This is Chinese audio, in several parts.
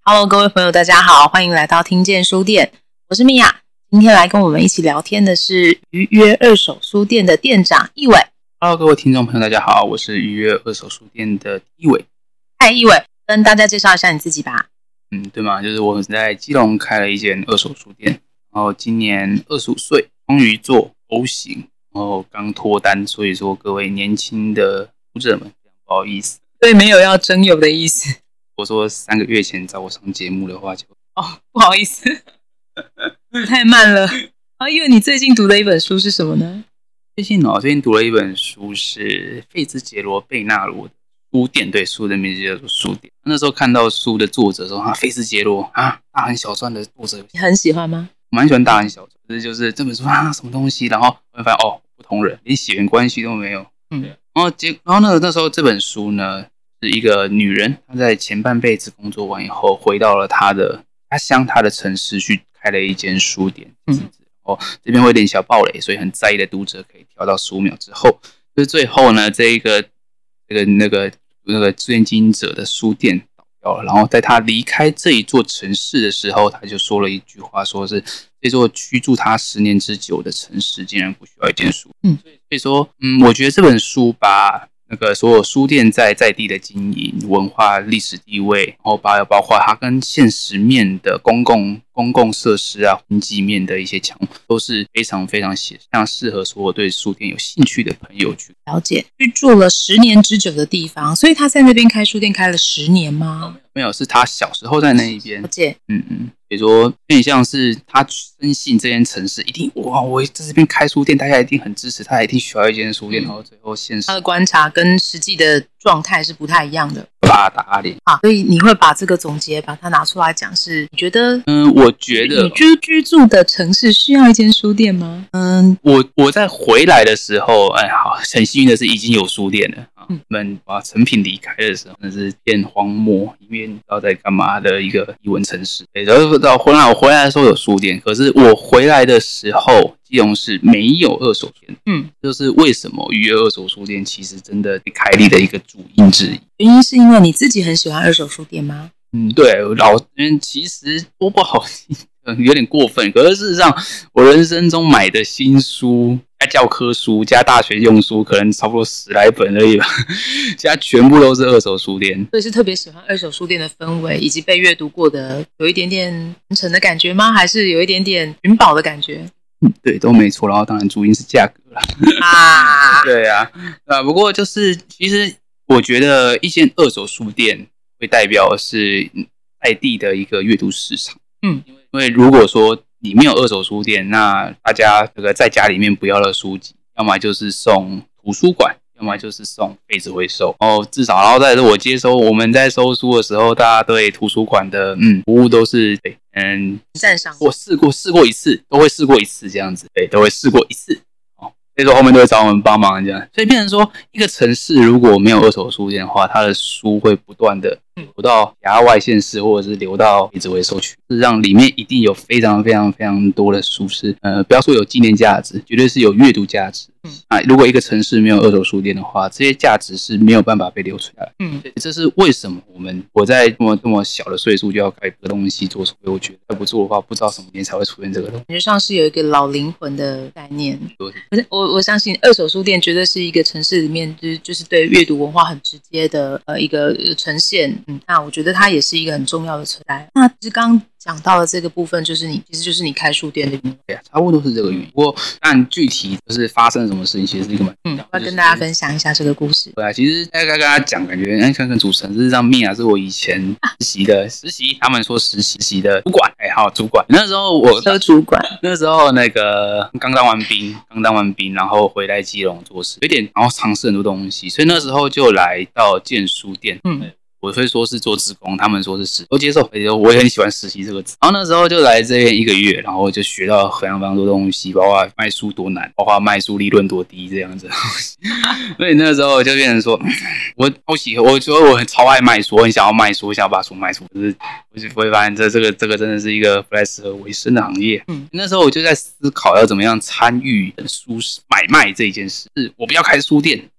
Hello， 各位朋友，大家好，欢迎来到听见书店，我是米娅。今天来跟我们一起聊天的是愉约二手书店的店长易伟。 Hello， 各位听众朋友，大家好，我是愉约二手书店的易伟。 嗨，易伟，跟大家介绍一下你自己吧。 对吗？就是我在基隆开了一间二手书店，然后今年25岁，双鱼座 O 型，然后刚脱单，所以说各位年轻的读者们，不好意思， 对，没有要征友的意思。 我说3个月前找我上节目的话就不好意思，太慢了。因为你最近读的一本书是什么呢？ 最近读了一本书是费兹杰罗贝纳罗的书店，对，书的名字叫做书店。那时候看到书的作者说费兹杰罗大亨小传的作者， 你很喜欢吗？ 我蛮喜欢大亨小传，就是这本书什么东西，然后我发现不同人，连血缘关系都没有。然后那时候这本书呢是一个女人，她在前半辈子工作完以后，回到了她的家乡，她的城市去开了一间书店。这边会有点小暴雷，所以很在意的读者可以跳到15秒之后。就是最后呢，那个志愿经营者的书店倒掉了，然后在他离开这一座城市的时候，他就说了一句话，说是这座居住他10年之久的城市竟然不需要一间书。所以说我觉得这本书把那个所有书店在地的经营、文化、历史地位，然后包括它跟现实面的公共设施经济面的一些强，都是非常非常适合所有对书店有兴趣的朋友去了解。居住了10年之久的地方，所以他在那边开书店开了10年吗？ 没有，是他小时候在那一边。 了解。 比如说有点像是他深信这间城市一定我在这边开书店，大家一定很支持他，一定需要一间书店，然后最后现实他的观察跟实际的状态是不太一样的， 把他打脸。 所以你会把这个总结把它拿出来讲，是你觉得我觉得你居住的城市需要一间书店吗？ 我在回来的时候很幸运的是已经有书店了。把成品离开的时候，那是片荒漠，里面不知道在干嘛的一个异文城市。然后我回来的时候有书店，可是我回来的时候，基隆市没有二手店。就是为什么愉约二手书店其实真的开立的一个主因之一。 原因是因为你自己很喜欢二手书店吗？ 对，其实多不好听，有点过分。可是事实上，我人生中买的新书加教科书加大学用书，可能差不多10来本而已吧，加全部都是二手书店。 所以是特别喜欢二手书店的氛围，以及被阅读过的有一点点沉沉的感觉吗？还是有一点点云宝的感觉？ 对，都没错。然后当然主因是价格了。对啊，不过就是其实我觉得一间二手书店会代表的是在地的一个阅读市场。因为如果说你没有二手书店，那大家在家里面不要的书籍，要么就是送图书馆，要么就是送废纸回收。至少，然后再是我们在收书的时候，大家对图书馆的服务都是赞赏。 我试过一次，都会试过一次这样子，对，都会试过一次。所以说后面都会找我们帮忙这样，所以变成说一个城市如果没有二手书店的话，它的书会不断的流到其他外县市，或者是流到废纸回收区，事实上里面一定有非常非常非常多的书是不要说有纪念价值，绝对是有阅读价值。如果一个城市没有二手书店的话，这些价值是没有办法被留存下来。这是为什么我在这么小的岁数就要开这个东西做，所以我觉得再不做的话，不知道什么年才会出现这个东西。 感觉上是有一个老灵魂的概念。我相信二手书店绝对是一个城市里面就是对阅读文化很直接的一个呈现。那我觉得它也是一个很重要的存在。那其实刚讲到的这个部分，其实就是你开书店的原因。 对啊，差不多是这个原因。不过但具体就是发生了什么事情，其实是一个要跟大家分享一下这个故事。 对啊，其实大概跟大家讲，感觉看看主持人是让米娅是我以前实习，他们说实习的主管，主管。那时候我主管， 那时候那个刚当完兵，然后回来基隆做事，有点然后尝试很多东西，所以那时候就来到建书店。我会说是做志工，他们说是实习，都接受。我也很喜欢实习这个字。然后那时候就来这边1个月，然后就学到非常非常多东西，包括卖书多难，包括卖书利润多低这样子的东西。所以那时候就变成说，我觉得我很超爱卖书，我很想要卖书，我想要把书卖出。可是我就会发现这个真的是一个不太适合为生的行业。那时候我就在思考要怎么样参与书买卖这一件事。我不要开书店，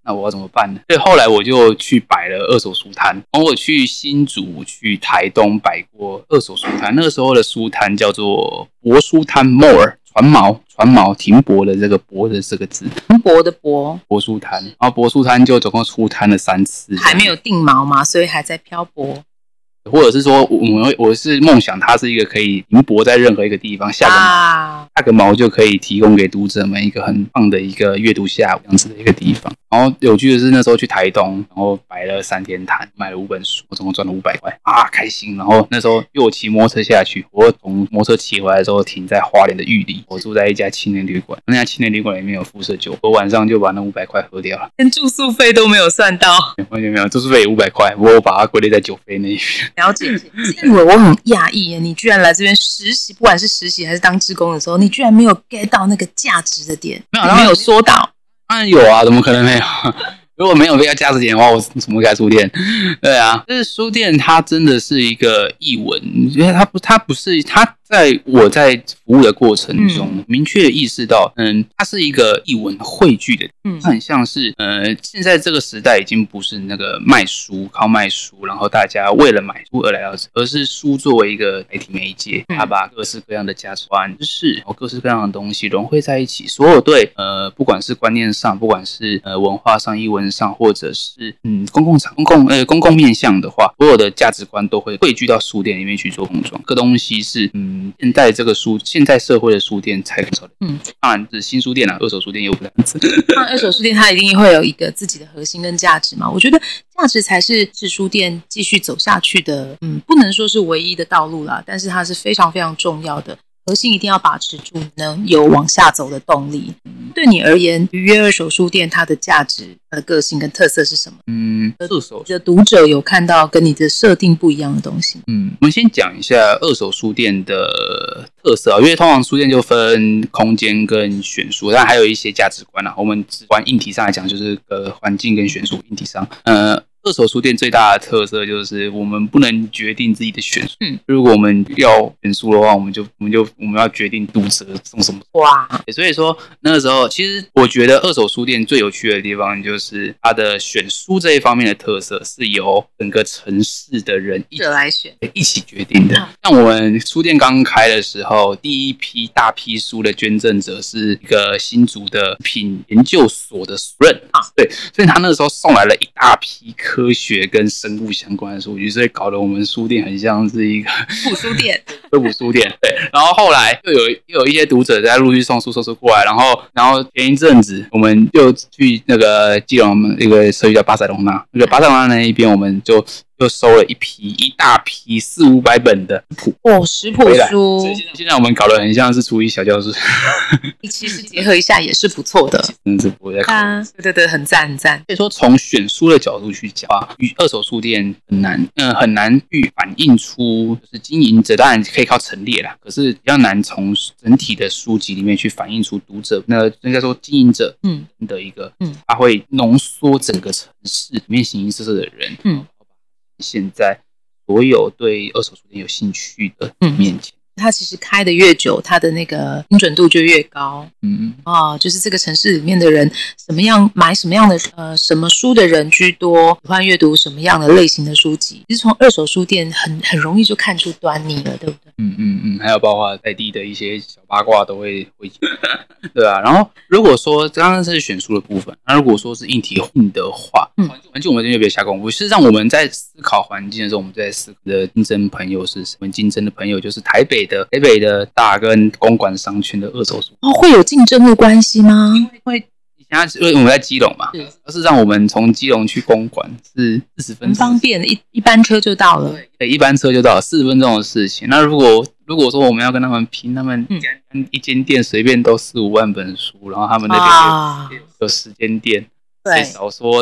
那我要怎么办呢？所以后来我就去摆了二手书摊，然后我去新竹、去台东摆过二手书摊。那个时候的书摊叫做泊书摊 More， 船锚停泊的这个泊的这个字， 停泊的泊， 泊书摊。然后泊书摊就总共出摊了3次， 还没有定锚嘛，所以还在漂泊。 或者是说我是梦想它是一个可以停泊在任何一个地方，下个锚就可以提供给读者们一个很棒的一个阅读下午这样子的一个地方。然后有趣的是那时候去台东，然后摆了3天摊，买了5本书，我总共赚了500块啊，开心。然后那时候因为我骑摩托车下去，我从摩托车骑回来之后停在花莲的玉里，我住在一家青年旅馆，那家青年旅馆里面有附设酒，我晚上就把那500块喝掉了， 连住宿费都没有算到， 完全没有，住宿费也500块，不过我把它归类在酒费那一边。 了解，因为我很讶异耶，你居然来这边实习，不管是实习还是当志工的时候，你居然没有 get 到那个价值的点，没有说到。 当然有啊，怎么可能没有？如果没有被价值点的话，我怎么开书店？对啊，就是书店它真的是一个艺文，因为它不是它。我在服务的过程中，明确意识到，它是一个艺文汇聚的，它很像是，现在这个时代已经不是那个卖书，靠卖书，然后大家为了买书而来到这，而是书作为一个载体媒介，它把各式各样的价值观、知识，然后各式各样的东西融汇在一起，所有对，不管是观念上，不管是文化上、艺文上，或者是公共面向的话，所有的价值观都会汇聚到书店里面去做碰撞。这个东西是，现在社会的书店才很少的，当然是新书店啊，二手书店又不这样子。 那二手书店它一定会有一个自己的核心跟价值嘛？我觉得价值才是书店继续走下去的，不能说是唯一的道路啦，但是它是非常非常重要的。核心一定要把持住，能有往下走的动力。对你而言，愉悦二手书店它的价值、它的个性跟特色是什么？ 二手的读者有看到跟你的设定不一样的东西。 我们先讲一下二手书店的特色啊，因为通常书店就分空间跟选书，但还有一些价值观啊。我们只关硬体上来讲，就是环境跟选书。硬体上，二手书店最大的特色就是我们不能决定自己的选书。如果我们要选书的话，我们要决定读者送什么。 哇！ 所以说那个时候，其实我觉得二手书店最有趣的地方就是它的选书这一方面的特色是由整个城市的人一起决定的。像我们书店刚开的时候，第一批大批书的捐赠者是一个新竹的品研究所的主任对，所以他那个时候送来了一大批科学跟生物相关的书籍，所以搞得我们书店很像是一个普书店。 科普书店。对，然后后来又有一些读者在陆续送书过来，然后前一阵子我们就去那个基隆那个社区叫巴塞隆纳，那个巴塞隆纳那一边我们就收了一大批400-500本的食谱书。 现在我们搞得很像是厨艺小教室。 其实结合一下也是不错的， 真的是不会再考虑。 对，很赞很赞。 所以说从选书的角度去讲啊，二手书店很难去反映出就是经营者，当然可以靠陈列啦，可是比较难从整体的书籍里面去反映出读者，那应该说经营者的一个，他会浓缩整个城市里面形形色色的人，现在所有对二手书店有兴趣的面前。 它其实开的越久，它的那个精准度就越高。就是这个城市里面的人，买什么样的什么书的人居多，喜欢阅读什么样的类型的书籍，其实从二手书店很容易就看出端倪了，对不对？ 还有包括在地的一些小八卦都会对啊。然后如果说刚刚是选书的部分，那如果说是硬体的话，环境我们这边别下功夫。事实上我们在思考环境的时候，我们在思考的竞争朋友是什么？竞争的朋友就是台北的大跟公馆商圈的二手书。 会有竞争的关系吗？ 因为我们在基隆嘛，事实上我们从基隆去公馆是40分钟，很方便，一班车就到了。 对，一班车就到了，40分钟的事情。那如果说我们要跟他们拼，他们一间店随便都4-5万本书，然后他们那边有10间店，最少说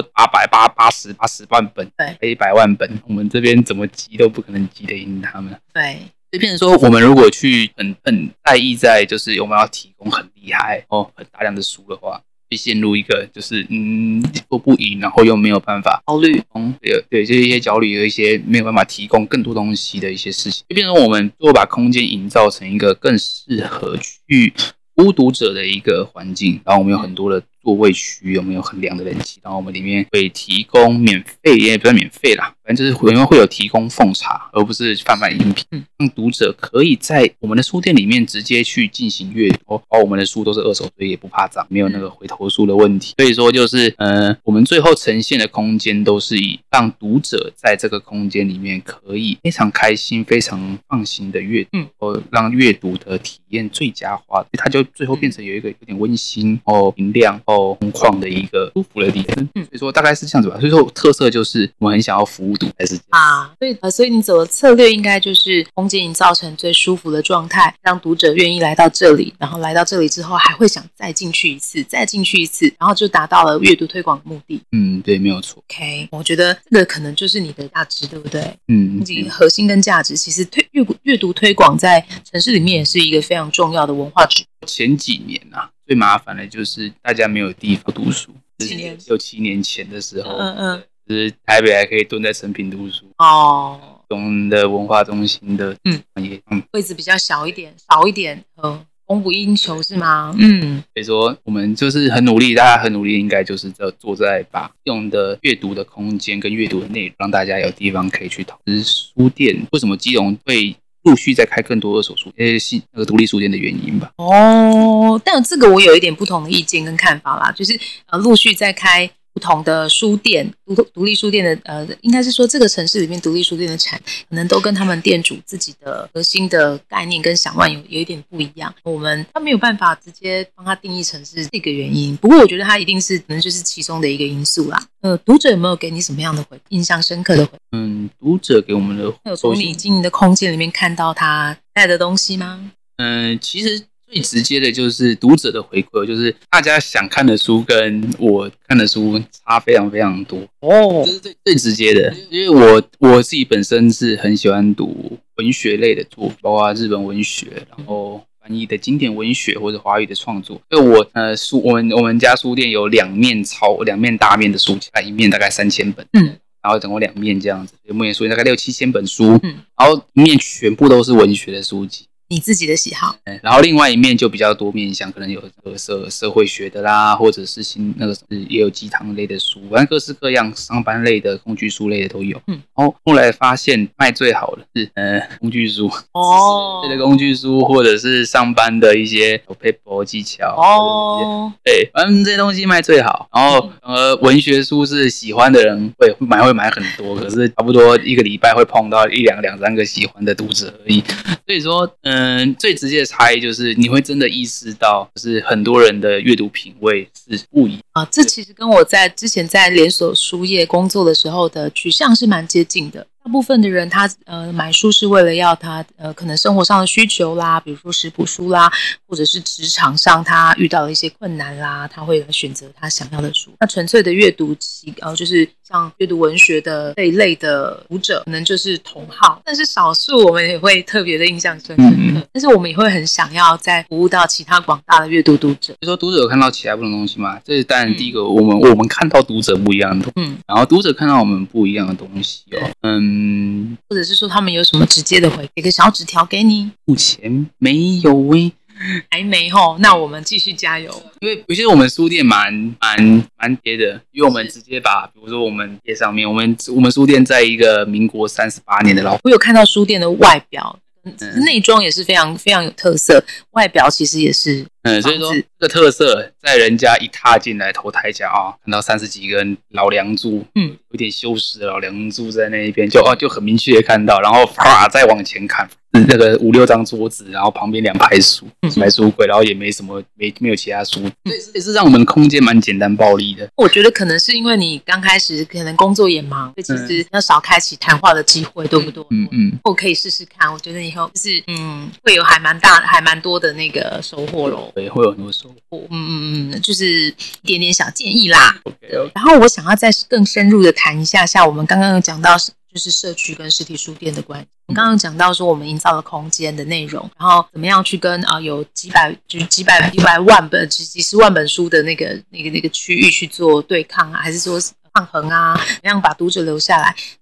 80万本，100万本，我们这边怎么集都不可能集得赢他们。 对。 就变成说，我们如果去很在意在就是我们要提供很厉害很大量的书的话，会陷入一个就是做不赢，然后又没有办法焦虑， 对，就是一些焦虑，有一些没有办法提供更多东西的一些事情，就变成我们如果把空间营造成一个更适合去服务读者的一个环境，然后我们有很多的座位区，我们有很凉的冷气，然后我们里面会提供免费，也不是免费啦，反正就是会有提供奉茶，而不是贩卖饮品，让读者可以在我们的书店里面直接去进行阅读，我们的书都是二手，所以也不怕脏，没有那个回头书的问题。所以说就是我们最后呈现的空间都是以让读者在这个空间里面可以非常开心、非常放心的阅读，让阅读的体验最佳化，它就最后变成有点温馨明亮空旷的一个舒服的地方。所以说大概是这样子吧。所以说特色就是我们很想要服务读者是这样啊，所以你走的策略应该就是空间营造成最舒服的状态，让读者愿意来到这里，然后来到这里之后还会想再进去一次，然后就达到了阅读推广的目的。 对，没有错。 OK， 我觉得这个可能就是你的价值，对不对？核心跟价值，其实阅读推广在城市里面也是一个非常重要的文化指标。 前几年最麻烦的就是大家没有地方读书，6-7年前的时候，就是台北还可以蹲在成品读书我们的文化中心的位置比较小一点，少一点，供不应求是吗？ 所以说我们就是很努力，大家很努力，应该就是坐在把用的阅读的空间跟阅读的内容，让大家有地方可以去讨论。书店为什么基隆会陆续再开更多二手书店，那个独立书店的原因吧。 但这个我有一点不同的意见跟看法啦，就是陆续再开不同的书店，独立书店的应该是说这个城市里面独立书店的产可能都跟他们店主自己的核心的概念跟想法有一点不一样，他没有办法直接帮他定义成是这个原因，不过我觉得他一定是可能就是其中的一个因素啦。读者有没有给你什么样的印象深刻的回应？ 读者给我们的有从你经营的空间里面看到他带的东西吗？ 其实最直接的就是读者的回馈，就是大家想看的书跟我看的书差非常非常多这是最直接的。因为我自己本身是很喜欢读文学类的作品，包括日本文学，然后翻译的经典文学或者华语的创作。所以我们家书店有两面大面的书架，一面大概3000本，然后总共2面这样子，目前书店大概6-7千本书，然后一面全部都是文学的书籍。 你自己的喜好， 然后另外一面就比较多面向，可能有社会学的啦，或者是也有鸡汤类的书，反正各式各样上班类的、工具书类的都有。然后后来发现卖最好的是工具书的工具书，或者是上班的一些paper 技巧对，反正这些东西卖最好。然后文学书是喜欢的人会买很多，可是差不多一个礼拜会碰到2-3个喜欢的读者而已。所以说最直接的差异就是你会真的意识到，就是很多人的阅读品味是不一样这其实跟我之前在连锁书业工作的时候的取向是蛮接近的。大部分的人他买书是为了要他可能生活上的需求啦，比如说食谱书啦，或者是职场上他遇到了一些困难啦，他会来选择他想要的书。那纯粹的阅读就是像阅读文学的这一类的读者可能就是同好，但是少数我们也会特别的印象深刻，但是我们也会很想要再服务到其他广大的阅读读者。 就说读者有看到其他不同的东西嘛，这是当然第一个我们看到读者不一样的东西，然后读者看到我们不一样的东西或者是说他们有什么直接的回，给个小纸条给你？ 目前没有还没齁，那我们继续加油。 因为其实我们书店蛮贴的，因为我们直接把，比如说我们贴上面，我们书店在一个民国38年的老， 我有看到书店的外表，内装也是非常非常有特色，外表其实也是。 所以说这个特色在人家一踏进来头台讲看到30几个老梁柱，有点羞耻的老梁柱在那一边，就很明确的看到，然后啪再往前看，那个5-6张桌子，然后旁边2排书，买书柜，然后也没什么没有其他书，也是让我们的空间蛮简单暴力的。 我觉得可能是因为你刚开始可能工作也忙，所以其实要少开启谈话的机会，对不对？我可以试试看，我觉得以后就是会有还蛮多的那个收获咯。 对，会有很多收获。 就是一点点小建议啦。然后我想要再更深入的谈一下我们刚刚有讲到就是社区跟实体书店的关系。我们刚刚讲到说我们营造了空间的内容，然后怎么样去跟有几百万本、几十万本书的那个区域去做对抗啊，还是说抗衡啊，怎么样把读者留下来？那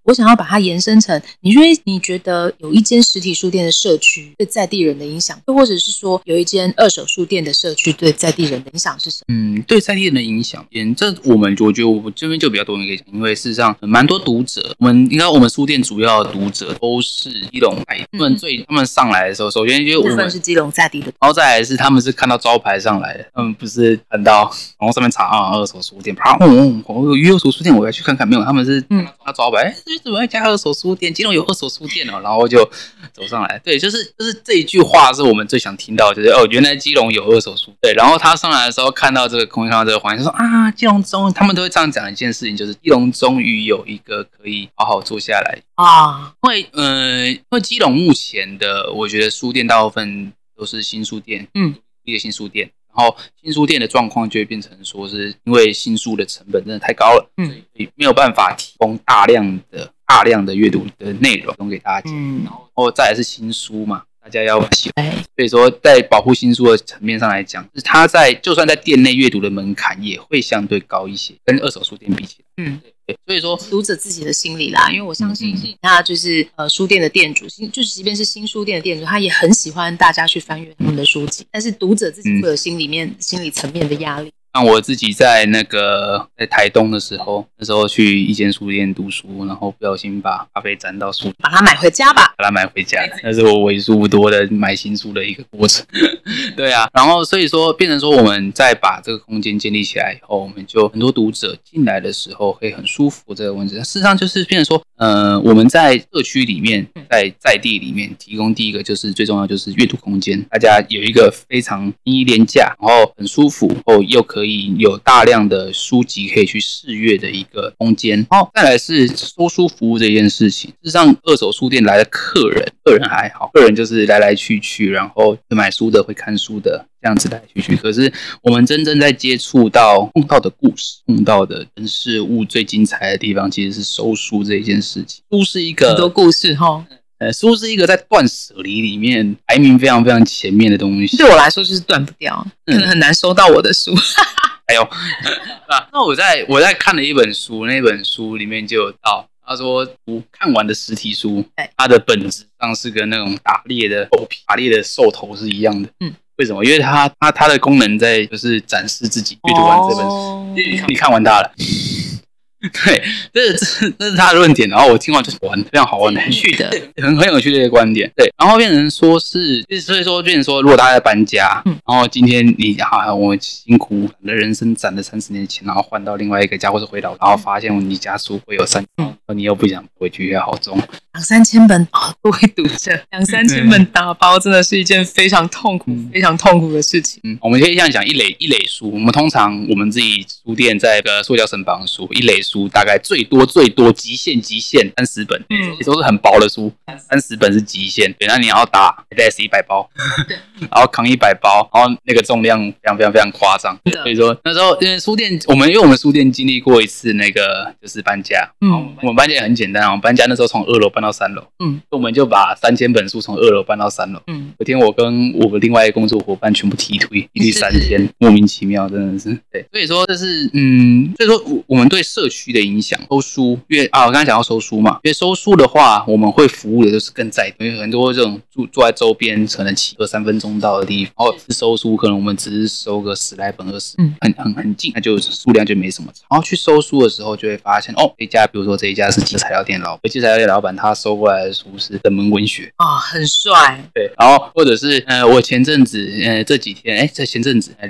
我想要把它延伸成，你觉得有一间实体书店的社区对在地人的影响，又或者是说有一间二手书店的社区对在地人的影响是什么？ 对在地人的影响，这我觉得我这边就比较多人可以讲，因为事实上蛮多读者，我们书店主要的读者都是基隆来，他们上来的时候，首先就是我们部分是基隆在地的， 然后再来是他们是看到招牌上来的，他们不是看到然后上面查二手书店，我有二手书店，我要去看看，没有，他们是看到招牌，怎么一家二手书店？基隆有二手书店哦，然后就走上来，对，就是这一句话是我们最想听到，就是原来基隆有二手书，对，然后他上来的时候看到这个空间，看到这个环境，说基隆终于，他们都会这样讲一件事情，就是基隆终于有一个可以好好坐下来因为基隆目前的，我觉得书店大部分都是新书店，一个新书店，然后新书店的状况就会变成说，是因为新书的成本真的太高了，所以没有办法提供大量的阅读的内容给大家，然后再来是新书嘛。大家要喜欢，所以说在保护新书的层面上来讲，它就算在店内阅读的门槛也会相对高一些，跟二手书店比起来。所以说读者自己的心理啦，因为我相信他就是书店的店主，就是即便是新书店的店主，他也很喜欢大家去翻阅他们的书籍，但是读者自己会有心理层面的压力。 像我自己在在台东的时候，那时候去一间书店读书，然后不小心把咖啡沾到书， 把它买回家吧， 把它买回家，那是我为数不多的买新书的一个过程。对啊，然后所以说变成说我们在把这个空间建立起来以后，我们就很多读者进来的时候会很舒服这个问题。事实上就是变成说，我们在社区里面，在地里面提供第一个就是最重要就是阅读空间，大家有一个非常便宜廉价，然后很舒服，然后又可以有大量的书籍可以去试阅的一个空间。然后再来是收书服务这件事情，事实上二手书店来的客人还好，客人就是来来去去，然后会买书的会看书的这样子来去去。可是我们真正在碰到的故事，碰到的人事物最精彩的地方，其实是收书这一件事情。书是一个很多故事哈。 书是一个在断舍离里面排名非常非常前面的东西， 对我来说就是断不掉，可能很难收到我的书。 哎呦，那我在看了一本书，那本书里面就有到，他说看完的实体书，它的本质上是跟那种打猎的兽头是一样的。为什么？因为它的功能在就是展示自己阅读完这本书，你看完它了。对，这是他的论点，然后我听完就玩，非常好玩的， 很有趣的， 很有趣的一个观点。对，然后变成说所以说变成说，如果大家在搬家，然后今天我辛苦的人生攒了30年钱，然后换到另外一个家，或是回老家，然后发现你家书会有3，你又不想回去，也好重 ，2-3千本各位读者，2-3千本打包真的是一件非常痛苦的事情。 我们可以这样讲，一垒书，我们通常我们自己书店在一个塑胶绳绑书，一垒书大概最多极限30本，也都是很薄的书，30本是极限。对，那你要打 100包，然后扛100包，然后那个重量非常非常非常夸张。所以说那时候因为我们书店经历过一次那个就是搬家，我们搬家也很简单，我们搬家那时候从2楼搬到3楼，我们就把3000本书从2楼搬到3楼。有天我跟我另外一个工作伙伴全部踢推3天，莫名其妙，真的是。对，所以说这是所以说我们对社区的影响，收书，因为我刚才讲到收书嘛，因为收书的话，我们会服务的就是更在地，因为很多这种住在周边，可能骑个3分钟到的地方，然后收书可能我们只是收个10来本20，很近，那就数量就没什么。然后去收书的时候就会发现，比如说这一家是机材料店老板，机材料店老板他收过来的书是冷门文学很帅。 对，然后或者是我前阵子这几天在前阵子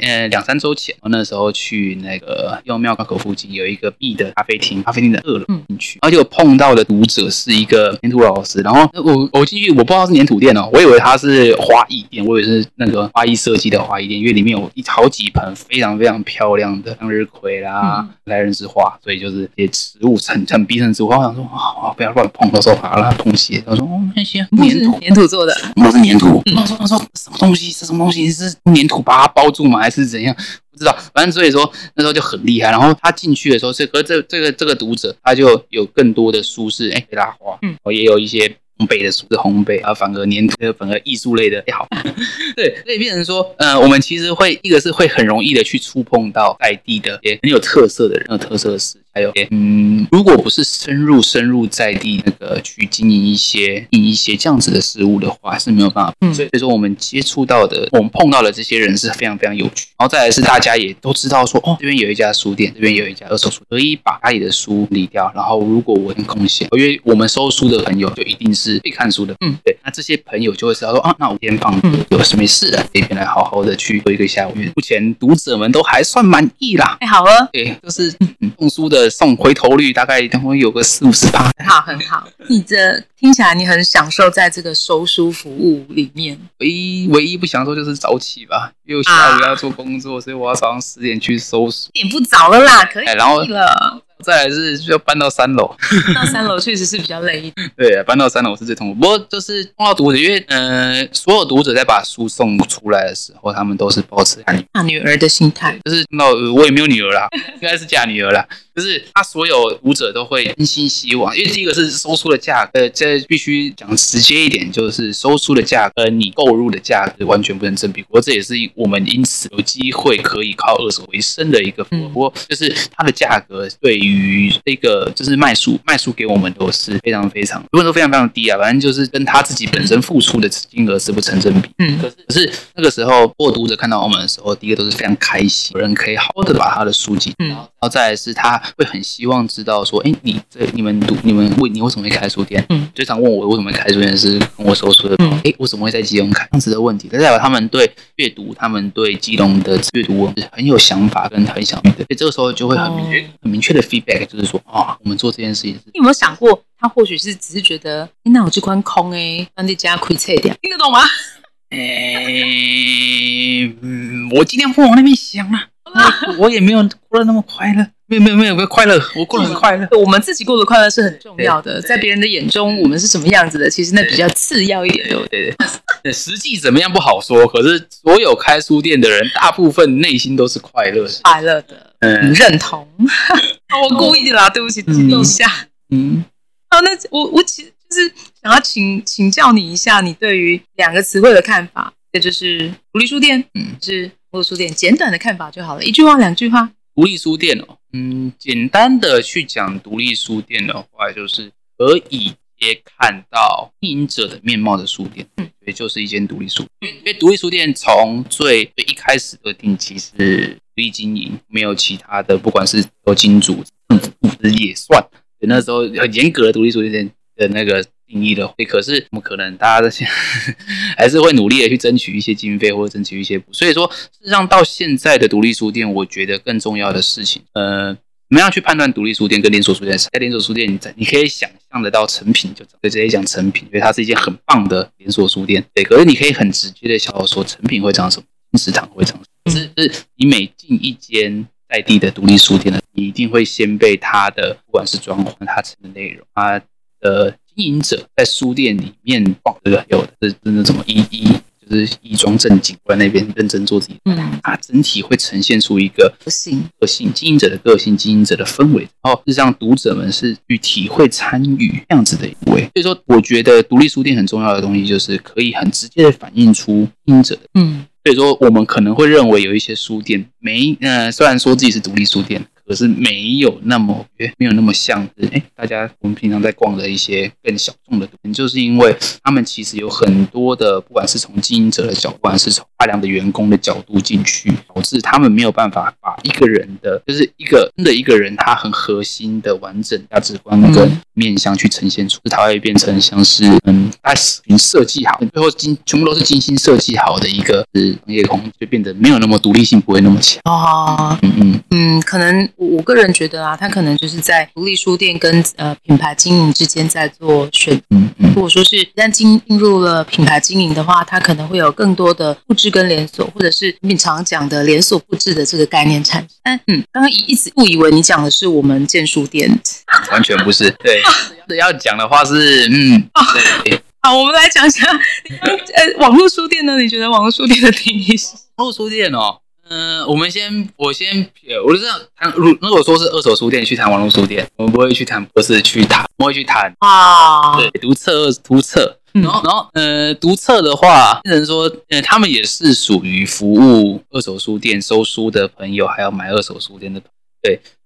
2-3周前，我那时候去那个用庙口附近有一个密的咖啡厅的2楼进去，然后就碰到的读者是一个粘土老师，然后我进去我不知道是粘土店我以为他是花艺店，我以为是那个花艺设计的花艺店，因为里面有好几盆非常非常漂亮的向日葵啦、来人之花，所以就是些植物很逼真植物。我想说不要乱碰，到时候把它碰血。他说那些粘土做的， 都是粘土。他说什么东西是粘土把它包住吗？还是怎样？不知道，反正所以说那时候就很厉害。然后他进去的时候，这个读者他就有更多的书是拉花，也有一些烘焙的书是烘焙，反而粘土反而艺术类的好。对，所以变成说我们其实一个是会很容易的去触碰到在地的也很有特色的人，很有特色的事情。 还有如果不是深入在地那个去经营一些这样子的事物的话，是没有办法。所以说我们接触到的，我们碰到的这些人是非常非常有趣。然后再来是大家也都知道说，这边有一家书店，这边有一家二手书，可以把家里的书理掉。然后如果我很贡献，因为我们收书的朋友就一定是会看书的，对，那这些朋友就会知道说那我今天放有事没事的，这边来好好的去做一个下午。目前读者们都还算满意啦。 好啊， 对，就是送书的回头率大概会有个40-50%。 好，很好。你这听起来你很享受在这个收书服务里面。 唯一不享受就是早起吧，因为我下午要做工作，所以我要早上10点去收书。 点不早了啦，可以了。 再来是就要搬到3楼， 到3楼确实是比较累一点。 对，搬到3楼是最痛苦。不过就是碰到读者，因为所有读者在把书送出来的时候，他们都是抱持嫁女儿的心态， 就是我也没有女儿啦，应该是嫁女儿啦。就是他所有读者都会真心希望，因为第一个是收书的价格，这必须讲直接一点，就是收书的价格跟你购入的价格完全不能正比。不过这也是我们因此有机会可以靠二手为生的一个不过就是它的价格对于这个就是卖书给我们都是非常非常，不能说非常非常低啊，反正就是跟他自己本身付出的金额是不成正比。可是那个时候，或读者看到我们的时候，第一个都是非常开心，有人可以好好的把他的书籍，然后再来是他会很希望知道说，你为什么会开书店？最常问我为什么会开书店是跟我收书的，为什么会在基隆开？这样子的问题，代表他们对阅读，他们对基隆的阅读文是很有想法跟很想的，所以这个时候就会很明确的 feedback， 就是说我们做这件事情是。 你有没有想过，他或许是只是觉得，那我这款空让这家亏切点，听得懂吗？ 我今天不往那边想了，我也没有过得那么快乐。没有快乐，我过得很快乐。 我们自己过得快乐是很重要的，在别人的眼中，我们是什么样子的，其实那比较次要一点。 对，实际怎么样不好说，可是所有开书店的人，大部分内心都是快乐的。 认同。我故意的啦，对不起，记一下。那我其实就是想要请教你一下，你对于2个词汇的看法，也就是独立书店，是我书店，简短的看法就好了，一句话2句话。 独立书店简单的去讲独立书店的话，就是可以看到经营者的面貌的书店，所以就是一间独立书店。因为独立书店从最一开始的定期是独立经营，没有其他的，不管是金主、政府也算，那时候很严格的独立书店的那个定义了。可是我们可能大家还是会努力的去争取一些经费或者争取一些补，所以说事实上到现在的独立书店，我觉得更重要的事情，怎么样去判断独立书店跟连锁书店？在连锁书店你可以想象得到成品，就直接讲成品，因为它是一间很棒的连锁书店。对，可是你可以很直接的想到说成品会长什么，食堂会长什么。是你每进一间在地的独立书店呢，你一定会先被它的不管是装潢、它的内容、它的经营者在书店里面这个有的是那种就是衣装正经，在那边认真做自己，它整体会呈现出一个个性，经营者的个性，经营者的氛围，然后是让读者们是去体会参与这样子的一位。所以说，我觉得独立书店很重要的东西就是可以很直接的反映出经营者的，所以说我们可能会认为有一些书店虽然说自己是独立书店，可是没有那么像是大家我们平常在逛的一些更小众的东西，就是因为他们其实有很多的，不管是从经营者的角度，不管是从大量的员工的角度进去，导致他们没有办法把一个人的，就是真的一个人他很核心的完整价值观跟面向去呈现出，它会变成像是它设计好，最后全部都是精心设计好的一个商业空间，就变得没有那么独立性，不会那么强。 可能我个人觉得它可能就是在独立书店跟品牌经营之间在做选择。如果说是一旦进入了品牌经营的话，它可能会有更多的复制跟连锁，或者是你常常讲的连锁复制的这个概念产生。刚刚一直误以为你讲的是我们建书店， 完全不是。对，要讲的话是对。 好，我们来讲一下网络书店呢？你觉得网络书店的定义是？ 网络书店我就这样谈。如果说是二手书店去谈网络书店，我们不会去谈，不是去谈，我们会去谈对读册。然后读册的话，变成说他们也是属于服务二手书店收书的朋友，还要买二手书店的朋友。对，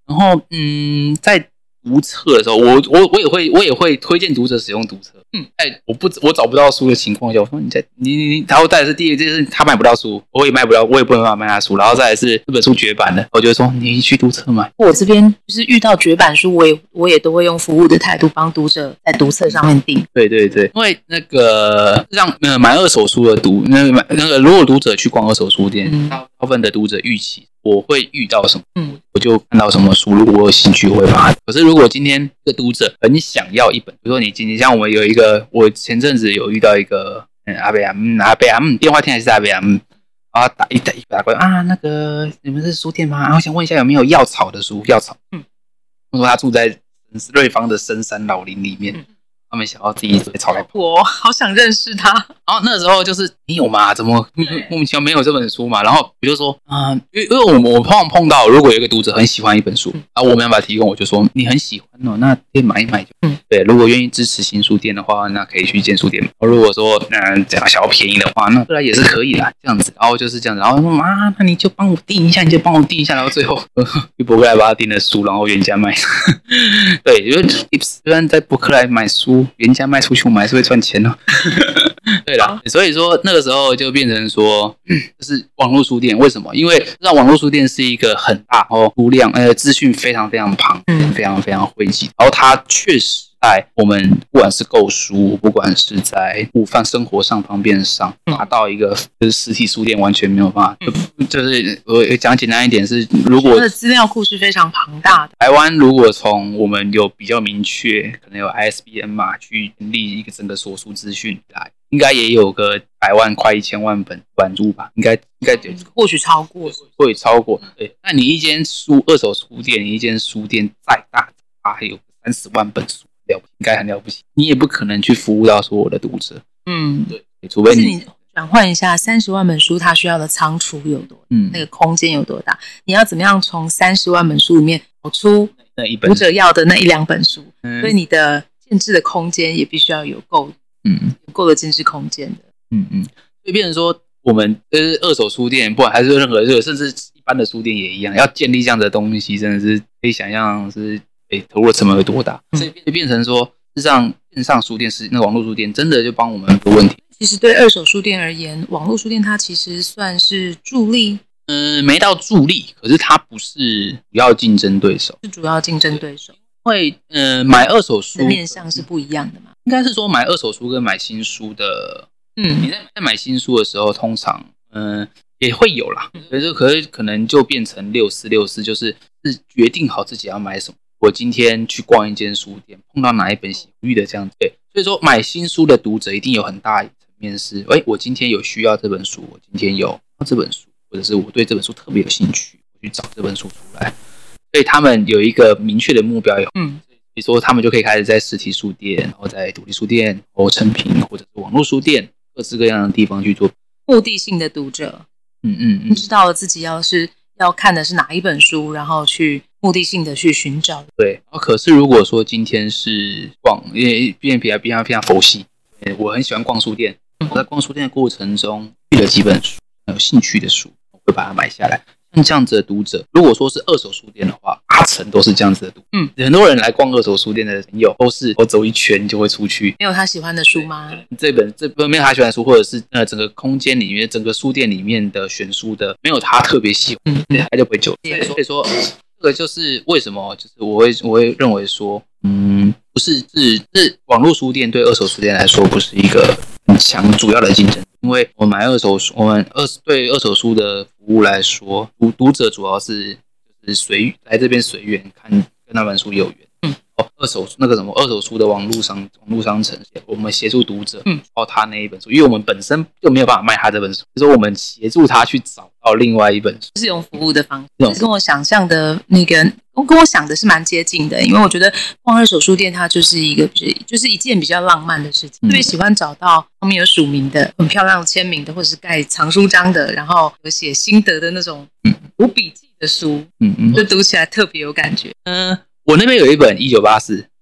然后在读册的时候，我也会推荐读者使用读册。在我找不到书的情况下，我说你，然后再来是第一个就是他买不到书，我也卖不到，我也不能办法卖他书。然后再来是这本书绝版了，我就说你去读册买。 我这边就是遇到绝版书，我也都会用服务的态度帮读者在读册上面订。 对，因为那个让买二手书的如果读者去逛二手书店，大部分的读者预期我会遇到什么，我就看到什么书，如果我有兴趣我会把它。可是如果今天这个读者很想要一本，比如说你今天像我们有一个，我前阵子有遇到一个阿贝亚电话听还是阿贝亚然后打过来啊，那个你们是书店吗？我想问一下有没有药草的书？药草，我说他住在瑞芳的深山老林里面。他们想要自己草来， 我好想认识他。 然后那时候就是你有吗？怎么莫名其妙没有这本书嘛？然后我就说因为我碰到，如果有一个读者很喜欢一本书，我没办法提供，我就说你很喜欢哦，那可以买一买就。对，如果愿意支持新书店的话，那可以去一间书店。如果说这样想要便宜的话，那当然也是可以啦，这样子。然后就是这样子，然后说那你就帮我订一下，然后最后去博客来把他订了书，然后原价卖。对，因为虽然在博客来买书。原价卖出去，我们还是会赚钱哦。对啦，所以说那个时候就变成说，就是网络书店。为什么？因为让网络书店是一个很大数量，资讯非常非常庞，非常非常汇集。然后它确实在我们不管是购书，不管是在生活上方便上，达到一个就是实体书店完全没有办法。就是我讲简单一点是，如果它的资料库是非常庞大的。 台湾如果从我们有比较明确，可能有 ISBN 嘛，去建立一个整个所书资讯来，应该也有个100万快1000万本版入吧，应该或许超过， 会超过。对，那你一间二手书店，你一间书店再大，它还有30万本书，应该很了不起。你也不可能去服务到所有的读者。对，除非你转换一下30万本书，它需要的仓储有多大，那个空间有多大？你要怎么样从30万本书里面找出读者要的那1-2本书？所以你的建制的空间也必须要有够的建制空间的。 所以变成说，我们二手书店，不管还是任何甚至一般的书店也一样，要建立这样的东西，真的是可以想象是投入的成本有多大。所以变成说，事实上线上书店是那个网络书店，真的就帮我们的问题。 其实对二手书店而言，网络书店它其实算是助力。 没到助力，可是它不是主要竞争对手。 是主要竞争对手。 会买二手书面向是不一样的嘛？ 应该是说买二手书跟买新书的，你在买新书的时候，通常也会有啦，可能就变成6464，就是决定好自己要买什么。我今天去逛一间书店，碰到哪一本喜欢的这样子，对，所以说买新书的读者一定有很大层面是，我今天有需要这本书，我今天有这本书，或者是我对这本书特别有兴趣，我去找这本书出来，所以他们有一个明确的目标以后，所以说他们就可以开始在实体书店，然后在独立书店、成品或者是网络书店各式各样的地方去做目的性的读者，知道了自己要看的是哪一本书，然后去目的性的去寻找。 对，可是如果说今天是因为比较佛系，我很喜欢逛书店，我在逛书店的过程中遇了几本书，很有兴趣的书，我会把它买下来。像这样子的读者，如果说是二手书店的话，8成都是这样子的读者。很多人来逛二手书店的朋友，都是我走一圈就会出去。 没有他喜欢的书吗？ 这本没有他喜欢的书，或者是整个空间里面、整个书店里面的选书的，没有他特别喜欢，他就不会久。所以说，这个就是为什么，就是我会认为说，不是网络书店对二手书店来说不是一个很强主要的竞争。因为我买二手书，对二手书的服务来说，读者主要是就是来这边随缘看，跟那本书有缘。二手书的网络商城，我们协助读者他那一本书，因为我们本身就没有办法卖他这本书，所以说我们协助他去找到另外一本书， 是用服务的方式，跟我想象的跟我想的是蛮接近的。因为我觉得逛二手书店它就是一件比较浪漫的事情，特别喜欢找到后面有署名的、很漂亮签名的，或者是盖藏书章的，然后有写心得的那种有笔记的书，就读起来特别有感觉。 我那边有一本1984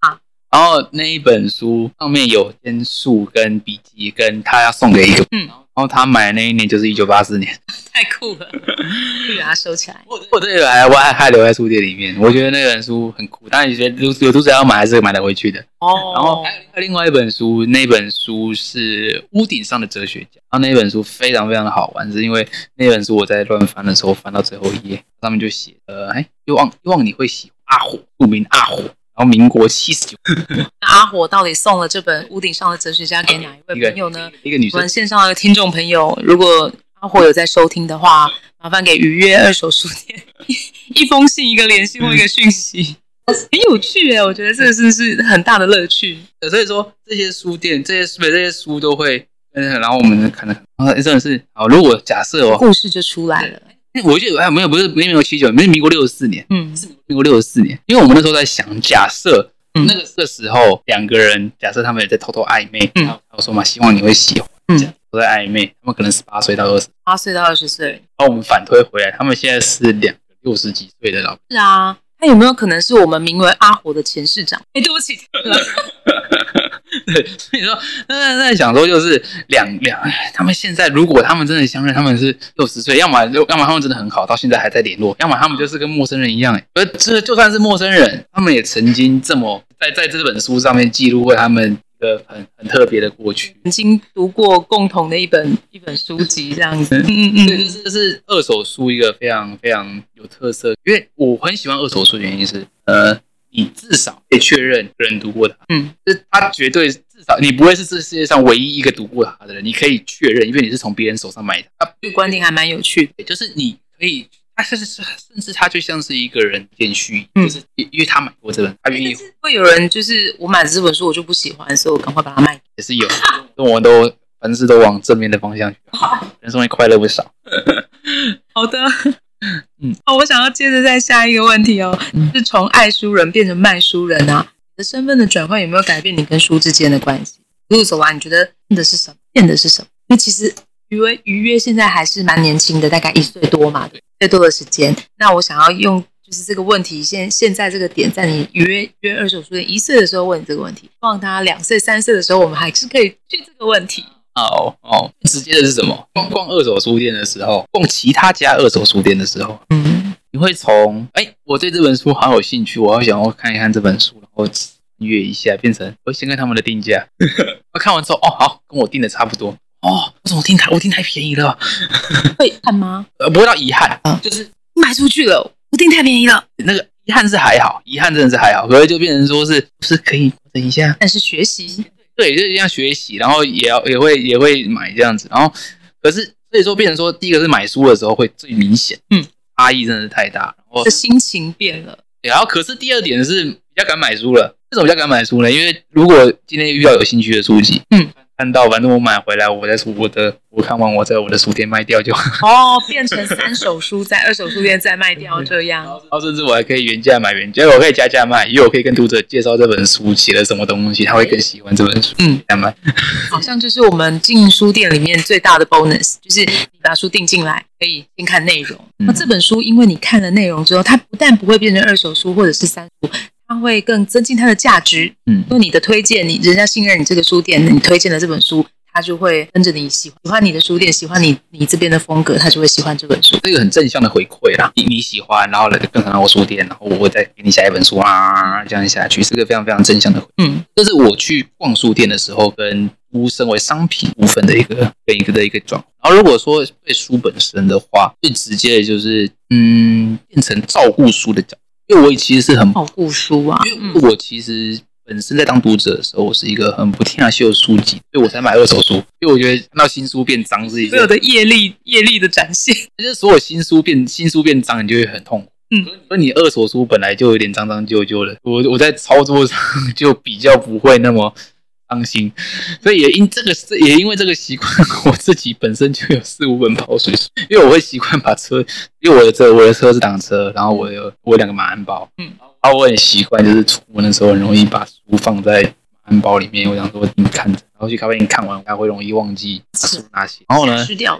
然后那一本书上面有天数跟笔记，跟他要送给一个，然后他买的那一年就是1984年， 太酷了，就把它收起来。 我这个还留在书店里面，我觉得那本书很酷，当然有读者要买还是买得回去的。然后还有另外一本书，那本书是屋顶上的哲学家，然后那本书非常非常的好玩，是因为那本书我在乱翻的时候翻到最后一页，上面就写希望你会喜欢阿火，著名阿火。然后民国79， 那阿火到底送了这本《屋顶上的哲学家》给哪一位朋友呢？ 一个女生。 我们线上的听众朋友，如果阿火有在收听的话，麻烦给愉悦二手书店一封信、一个联系或一个讯息，很有趣耶！我觉得这个真的是很大的乐趣。 所以说这些书店、这些书都会，然后我们看真的是好。如果假设故事就出来了。 我记得不是民国79年，是民国64年，是民国64年。因为我们那时候在想，假设那个时候两个人，假设他们也在偷偷暧昧，我说嘛，希望你会喜欢，都在暧昧，他们可能18岁到 8岁到20岁， 然后我们反推回来，他们现在是两个60几岁的老。 是啊，他有没有可能是我们名为阿火的前市长？对不起。 对，所以说在想说就是他们现在如果他们真的相认，他们是60岁，要么他们真的很好，到现在还在联络，要么他们就是跟陌生人一样。而这就算是陌生人，他们也曾经这么在这本书上面记录过他们一个很特别的过去， 曾经读过共同的一本书籍这样子。 对，这是二手书一个非常非常有特色，因为我很喜欢二手书的原因是你至少可以确认有人读过它，就是他绝对至少你不会是这世界上唯一一个读过它的人，你可以确认，因为你是从别人手上买的。 这个观点还蛮有趣的， 就是你可以，甚至他就像是一个人间续，就是因为他买过这本，他愿意。 会有人就是我买的这本书我就不喜欢，所以我赶快把它卖。 也是有，我们都凡事都往正面的方向去，人生会快乐不少。 好的。我想要接着再下一个问题哦，是从爱书人变成卖书人啊，你的身份的转换有没有改变你跟书之间的关系？一路走来，你觉得变的是什么？因为其实于约现在还是蛮年轻的，大概1岁多嘛，最多的时间。那我想要用就是这个问题，现在这个点，在你约二手书店1岁的时候问你这个问题，希望他2岁、3岁的时候，我们还是可以去这个问题。 直接的是什么？逛二手书店的时候，逛其他家二手书店的时候，你会从我对这本书好有兴趣，我好想要看一看这本书，然后阅一下，变成我先看他们的定价，我看完之后，好，跟我定的差不多，我怎么我订太便宜了？ 会遗憾吗？ 不会到遗憾，就是卖出去了，我订太便宜了。 那个遗憾是还好，遗憾真的是还好，可是就变成说是可以等一下， 但是学习。 对，就是这样学习，然后也会买这样子，然后可是所以说变成说，第一个是买书的时候会最明显，差异真的是太大，然后心情变了。 然后可是第二点是比较敢买书了。为什么比较敢买书呢？因为如果今天遇到有兴趣的书籍，看到反正我买回来，我看完我在我的书店卖掉就好。 变成3手书在2手书店再卖掉这样。 然后甚至我还可以原价买原价，我可以加价卖，因为我可以跟读者介绍这本书写了什么东西，他会更喜欢这本书。加卖， 好像就是我们进书店里面最大的 bonus， 就是你把书订进来，可以先看内容。那这本书因为你看了内容之后，它不但不会变成2手书或者是3书。它会更增进它的价值，因为你的推荐，人家信任你这个书店，你推荐了这本书，他就会跟着你喜欢你的书店，喜欢你这边的风格，他就会喜欢这本书。 这个很正向的回馈啦，你喜欢，然后来更常来我书店，然后我再给你下一本书啊，这样下去是个非常非常正向的回馈。这是我去逛书店的时候跟书身为商品部分的一个状况。然后如果说对书本身的话，最直接的就是变成照顾书的角度。因为我其实是很照顾书啊， 因为我其实本身在当读者的时候，我是一个很不听秀的书籍，所以我才买2手书。因为我觉得看到新书变脏是一个所有的业力的展现， 就是所有新书变脏，你就会很痛苦。所以你2手书本来就有点脏脏旧旧的，我在操作上就比较不会那么伤心，所以也因为这个习惯，我自己本身就有4-5本跑水书，因为我会习惯把车，因为我的车是挡车，然后我有2个马鞍包，然后我很习惯就是出门的时候很容易把书放在马鞍包里面，我想说你看着，然后去咖啡厅看完，我会容易忘记把书拿起，然后呢， 湿掉了， 对，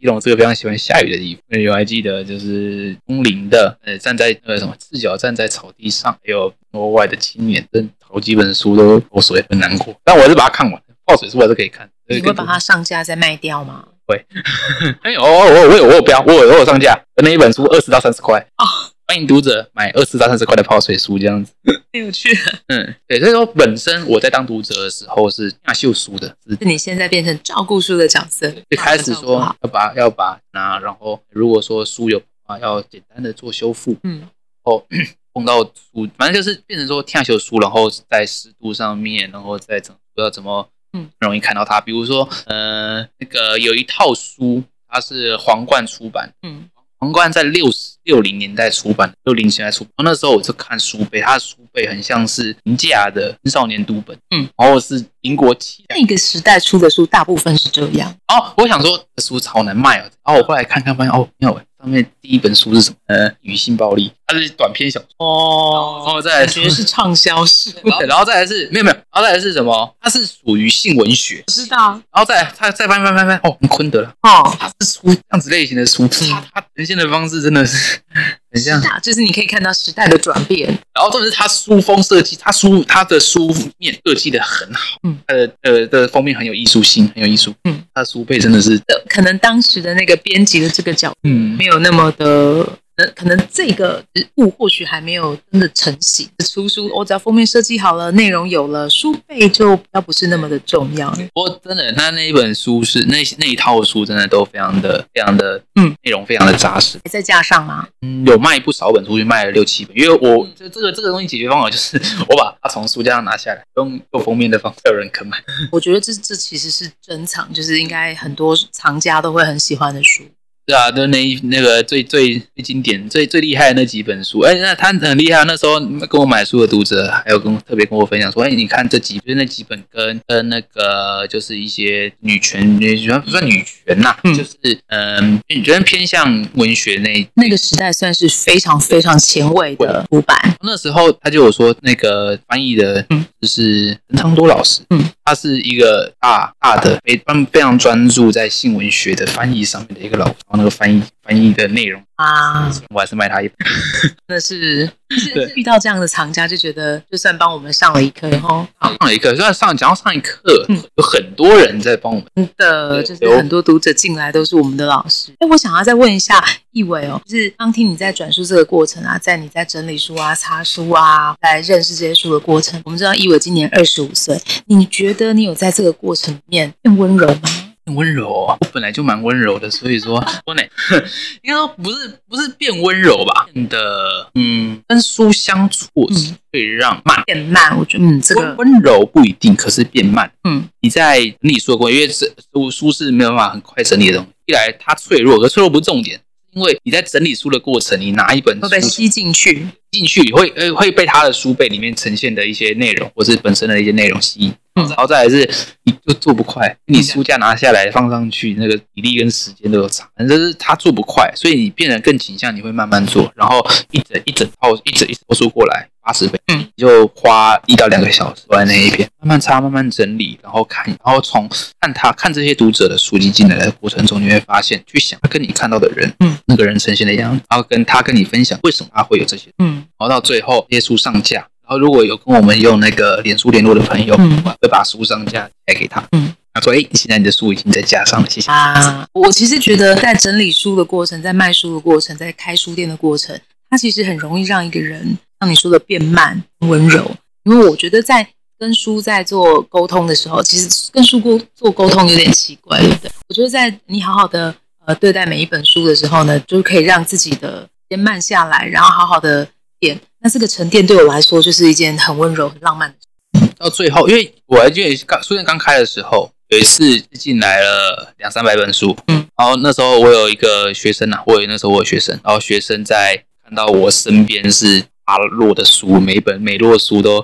基隆是个非常喜欢下雨的地方。我还记得就是东林的站在什么赤脚站在草地上，还有国外的青年，这好几本书都口水很难过，但我还是把它看完。泡水书还是可以看。 你会把它上架再卖掉吗？ 会。我有标，我有上架，那一本书20到30块哦。欢迎读者买20到30块的泡水书，这样子。 很有趣。 对，所以说本身我在当读者的时候是亚秀书的， 是你现在变成照顾书的角色， 一开始说要把然后如果说书有要简单的做修复，碰到书，反正就是变成说亚秀书，然后在湿度上面，然后再不知道怎么很容易看到它。比如说那个有一套书，它是皇冠出版，皇冠在60年代出版，60年代出版。那时候我就看书背，它的书背很像是平价的青少年读本，然后是民国7 那个时代出的书大部分是这样。 我想说书超难卖哦，然后我后来看发现没有，上面第一本书是什么？女性暴力，它是短篇小说然后再来觉得是畅销书， 然后再来是没有，然后再来是什么？它是属于性文学， 我知道。 然后再翻，昆德拉它是书这样子类型的书，它呈现的方式真的是很像， 就是你可以看到时代的转变。 然后重点是它书封设计，它的书面设计的很好，它的封面很有艺术性，很有艺术，它的书背真的是， 可能当时的那个编辑的这个角度，没有那么的。可能这个物或许还没有真的成型，出书我只要封面设计好了，内容有了，书背就比较不是那么的重要。 不过真的，他那一本书是那一套书真的都非常的内容非常的扎实。 还在架上吗？ 有卖不少本出去，卖了6、7本。因为我这个东西解决方法就是我把它从书架上拿下来，用做封面的方式，有人肯买。 我觉得这其实是珍藏，就是应该很多藏家都会很喜欢的书。 对啊，就那个最经典、最厉害的那几本书，那他很厉害。那时候跟我买书的读者，还有特别跟我分享说，你看就是那几本跟那个就是一些女权不算女权呐，就是女权偏向文学那个时代算是非常非常前卫的出版。 那时候他就有说，那个翻译的就是陈昌多老师，他是一个大的非常专注在性文学的翻译上面的一个老师。那个翻译的内容我还是卖他一本。 那是遇到这样的藏家，就觉得就算帮我们上了一课，上了一课，虽然讲到上一课，有很多人在帮我们就是很多读者进来都是我们的老师。我想要再问一下一伟就是刚听你在转述这个过程啊，在你在整理书啊、查书啊，来认识这些书的过程，我们知道一伟今年25岁，你觉得你有在这个过程里面变温柔吗？ 温柔我本来就蛮温柔的，所以说应该说不是变温柔吧，变得跟书相处会让变慢。我觉得这个温柔不一定，可是变慢。你在整理书的过程，因为书是没有办法很快整理的东西，一来它脆弱，可脆弱不是重点，因为你在整理书的过程，你拿一本书会被吸进去会被它的书背里面呈现的一些内容，或是本身的一些内容吸引。然后再来是你就做不快，你书架拿下来放上去，那个比例跟时间都有差，但是它做不快，所以你变得更倾向你会慢慢做，然后一整套书过来80本，你就花1到2个小时坐在那一边，慢慢擦，慢慢整理，然后看，然后从看这些读者的书籍进来的过程中，你会发现，去想他跟你看到的人，那个人呈现的样子，然后跟他跟你分享为什么他会有这些，然后到最后这些书上架。然后如果有跟我们用那个脸书联络的朋友，会把书上架来给他。他说：“现在你的书已经在架上了，谢谢。” 我其实觉得在整理书的过程，在卖书的过程，在开书店的过程，它其实很容易让一个人像你说的变慢、温柔。因为我觉得在跟书在做沟通的时候，其实跟书做沟通有点奇怪，对不对？我觉得在你好好的对待每一本书的时候呢，就可以让自己的先慢下来，然后好好的点。那这个沉淀对我来说就是一件很温柔、很浪漫的事。 到最后，因为我还记得书店刚开的时候，有一次进来了200-300本书，然后那时候我有一个学生啊，那时候我有学生，然后学生在看到我身边是大摞的书，每摞书都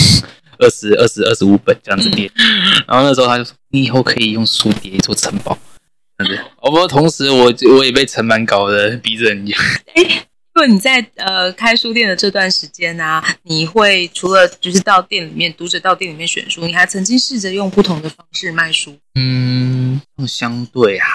25本这样子叠，然后那时候他就说：“你以后可以用书叠做城堡。”这样子。不过同时我也被城蛮高的逼着你。 因为你在开书店的这段时间啊，你会除了就是到店里面，读者到店里面选书，你还曾经试着用不同的方式卖书。 相对还，因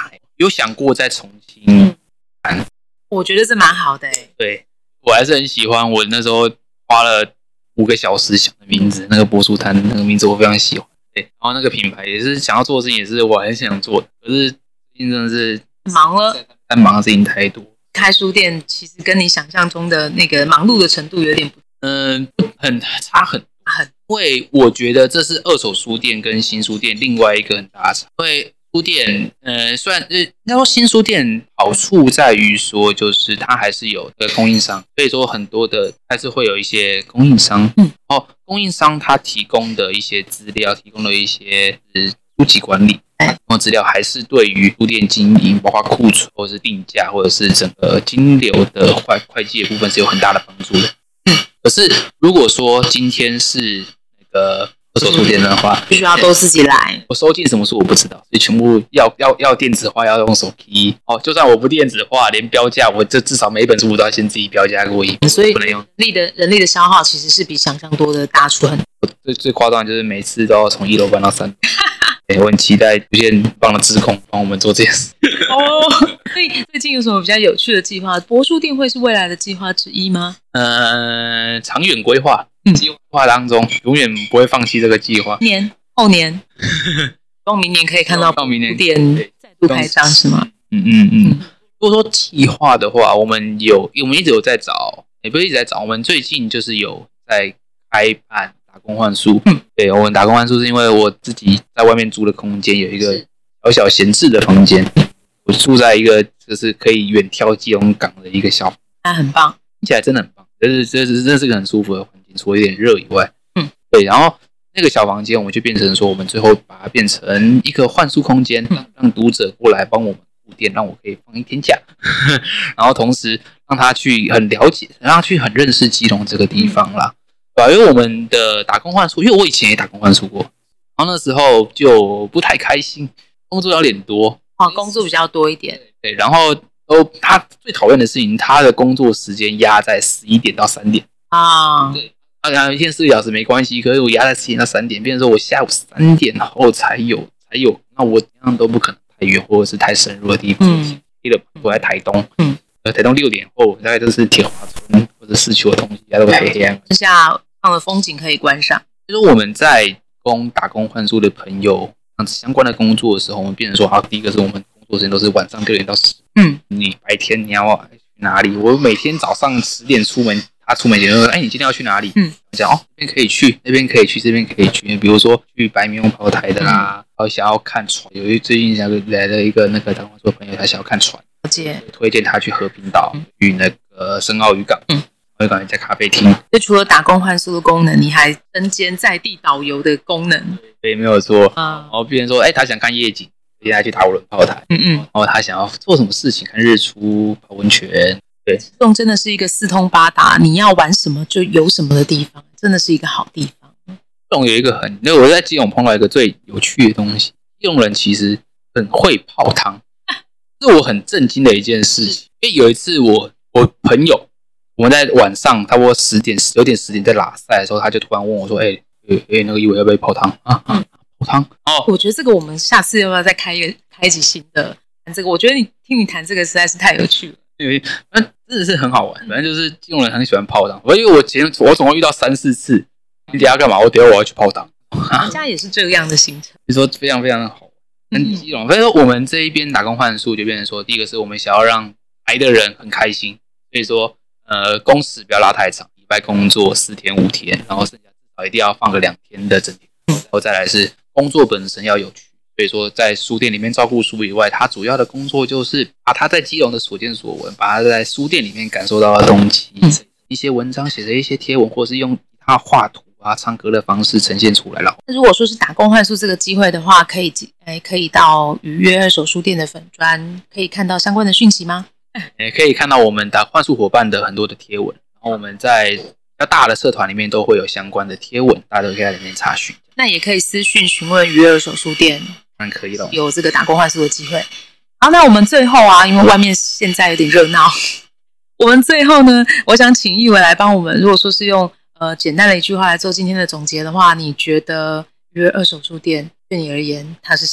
有想过再重新谈。 我觉得这蛮好的对，我还是很喜欢，我那时候花了5个小时想的名字，那个波叔摊那个名字我非常喜欢。对，然后那个品牌也是想要做的事情，也是我很想做的，可是最近真的是忙了， 但忙的事情太多。 开书店其实跟你想象中的那个忙碌的程度有点不， 很差很多。因为我觉得这是二手书店跟新书店另外一个很大的差。因为书店，虽然应该说新书店好处在于说，就是它还是有个供应商，所以说很多的还是会有一些供应商，然后供应商他提供的一些资料，提供的一些书籍管理，然后资料还是对于书店经营，包括库存或者是定价，或者是整个金流的会计的部分是有很大的帮助的。可是如果说今天是那个二手书店的话， 必须要都自己来。 我收进什么书我不知道，所以全部要电子化，要用手机。就算我不电子化，连标价我这至少每一本书我都要先自己标价过一遍， 所以不能用人力的消耗其实是比想象多的大出很多。 最夸张的就是每次都要从1楼搬到3楼。我很期待有些很棒的志工帮我们做这件事。 所以最近有什么比较有趣的计划？博书店会是未来的计划之一吗？ 长远规划，计划当中永远不会放弃这个计划。 后年，希望明年可以看到博书店再度开张，是吗？ 如果说计划的话，我们一直有在找，也不是一直在找，我们最近就是有在开办打工换宿。对，我们打工换宿是因为我自己在外面租的空间有一个小小闲置的房间，我住在一个就是可以远眺基隆港的一个小房间， 那很棒， 听起来真的很棒，这是个很舒服的环境，除了有点热以外，对，然后那个小房间我们就变成说，我们最后把它变成一个换宿空间，让读者过来帮我们顾店，让我可以放1天假，然后同时让他去很了解，让他去很认识基隆这个地方啦。对，因为我们的打工换宿，因为我以前也打工换宿过，然后那时候就不太开心，工作有点多， 工作比较多一点。 对，然后他最讨厌的事情，他的工作时间压在11点到3点啊。对，一天4个小时没关系，可是我压在10点到3点，变成说我下午3点后才有，那我这样都不可能太远或者是太深入的地方。我在台东，台东6点后大概都是铁华村或者市区的东西，都会黑暗。 剩下放的风景可以观赏。 就是我们在打工换宿的朋友相关的工作的时候，我们变成说，第一个是我们工作时间都是晚上6点到10点。你白天你要去哪里？我每天早上10点出门，他出门前就说：“你今天要去哪里？”讲这边可以去，那边可以去，这边可以去。比如说去白明炮台的啦，然后想要看船，最近来了一个那个打工换宿的朋友，他想要看船，推荐他去和平岛，去那个深澳渔港。会感觉在咖啡厅。 就除了打工换宿的功能，你还身兼在地导游的功能。 对，没有错。然后别人说，他想看夜景，接下来去打5轮炮台。然后他想要做什么事情，看日出、泡温泉。对， 基隆真的是一个4通8达，你要玩什么就有什么的地方，真的是一个好地方。 基隆有一个我在基隆碰到一个最有趣的东西，基隆人其实很会泡汤，这是我很震惊的一件事情。因为有一次我朋友。我们在晚上差不多10点在拉赛的时候，他就突然问我说：“那个一伟要不要泡汤啊？泡汤？” 我觉得这个我们下次要不要再开一集新的谈这个？我觉得听你谈这个实在是太有趣了。 因为真的是很好玩，反正就是基隆人很喜欢泡汤。因为我总共遇到3-4次，你等一下干嘛？我要去泡汤。 人家也是这样的行程， 你说非常非常的好玩。基隆，所以说我们这一边打工换宿就变成说，第一个是我们想要让来的人很开心，所以说。工时不要拉太长，礼拜工作4天5天，然后剩下至少一定要放个2天的整天，然后再来是工作本身要有趣，所以说在书店里面照顾书以外，他主要的工作就是把他在基隆的所见所闻，把他在书店里面感受到的东西，一些文章写的一些贴文，或是用他画图唱歌的方式呈现出来了。 如果说是打工换宿这个机会的话，可以到愉悦二手书店的粉专，可以看到相关的讯息吗？ 可以看到我们打换宿伙伴的很多的贴文，然后我们在比较大的社团里面都会有相关的贴文，大家都可以在里面查询。那也可以私讯询问愉悦二手书店， 当然可以了， 有这个打工换宿的机会。好，那我们最后因为外面现在有点热闹，我们最后呢，我想请一伟来帮我们，如果说是用简单的一句话来做今天的总结的话，你觉得愉悦二手书店对你而言它是什么？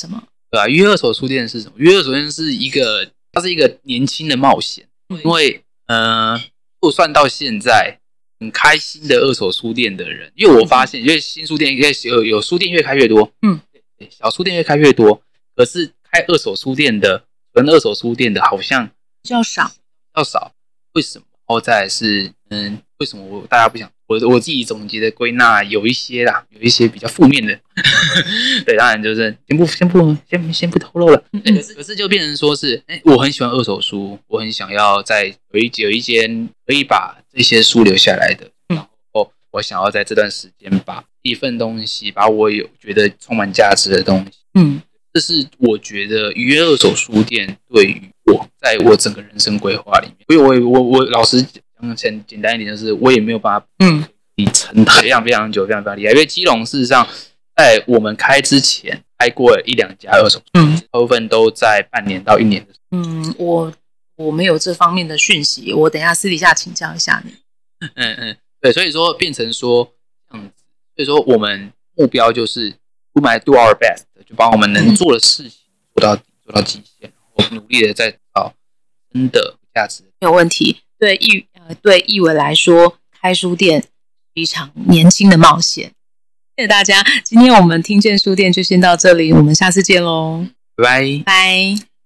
对吧？约二手书店是什么？约二手书店是它是一个年轻的冒险，因为就算到现在很开心的二手书店的人，因为我发现，因为新书店有书店越开越多，小书店越开越多，可是开二手书店的纯二手书店的好像比较少， 为什么？然后再来是为什么大家不想？我自己总结的归纳有一些比较负面的，对，当然就是先不透露了。可是就变成说是，我很喜欢二手书，我很想要在有一间可以把这些书留下来的，然后我想要在这段时间把一份东西，把我觉得充满价值的东西，这是我觉得约二手书店对于我在我整个人生规划里面，因为我老实讲简单一点，就是我也没有办法撑非常非常久，非常非常厉害。因为基隆事实上在我们开之前开过了1-2家二手书店，大部分都在半年到1年的时间。我没有这方面的讯息，我等一下私底下请教一下你。 对，所以说变成说这样子，所以说我们目标就是 do our best， 就把我们能做的事情做到底，做到极限，然后努力的再找真的价值。 没有问题。对易伟来说，开书店是一场年轻的冒险。谢谢大家，今天我们听见书店就先到这里，我们下次见喽， 拜拜。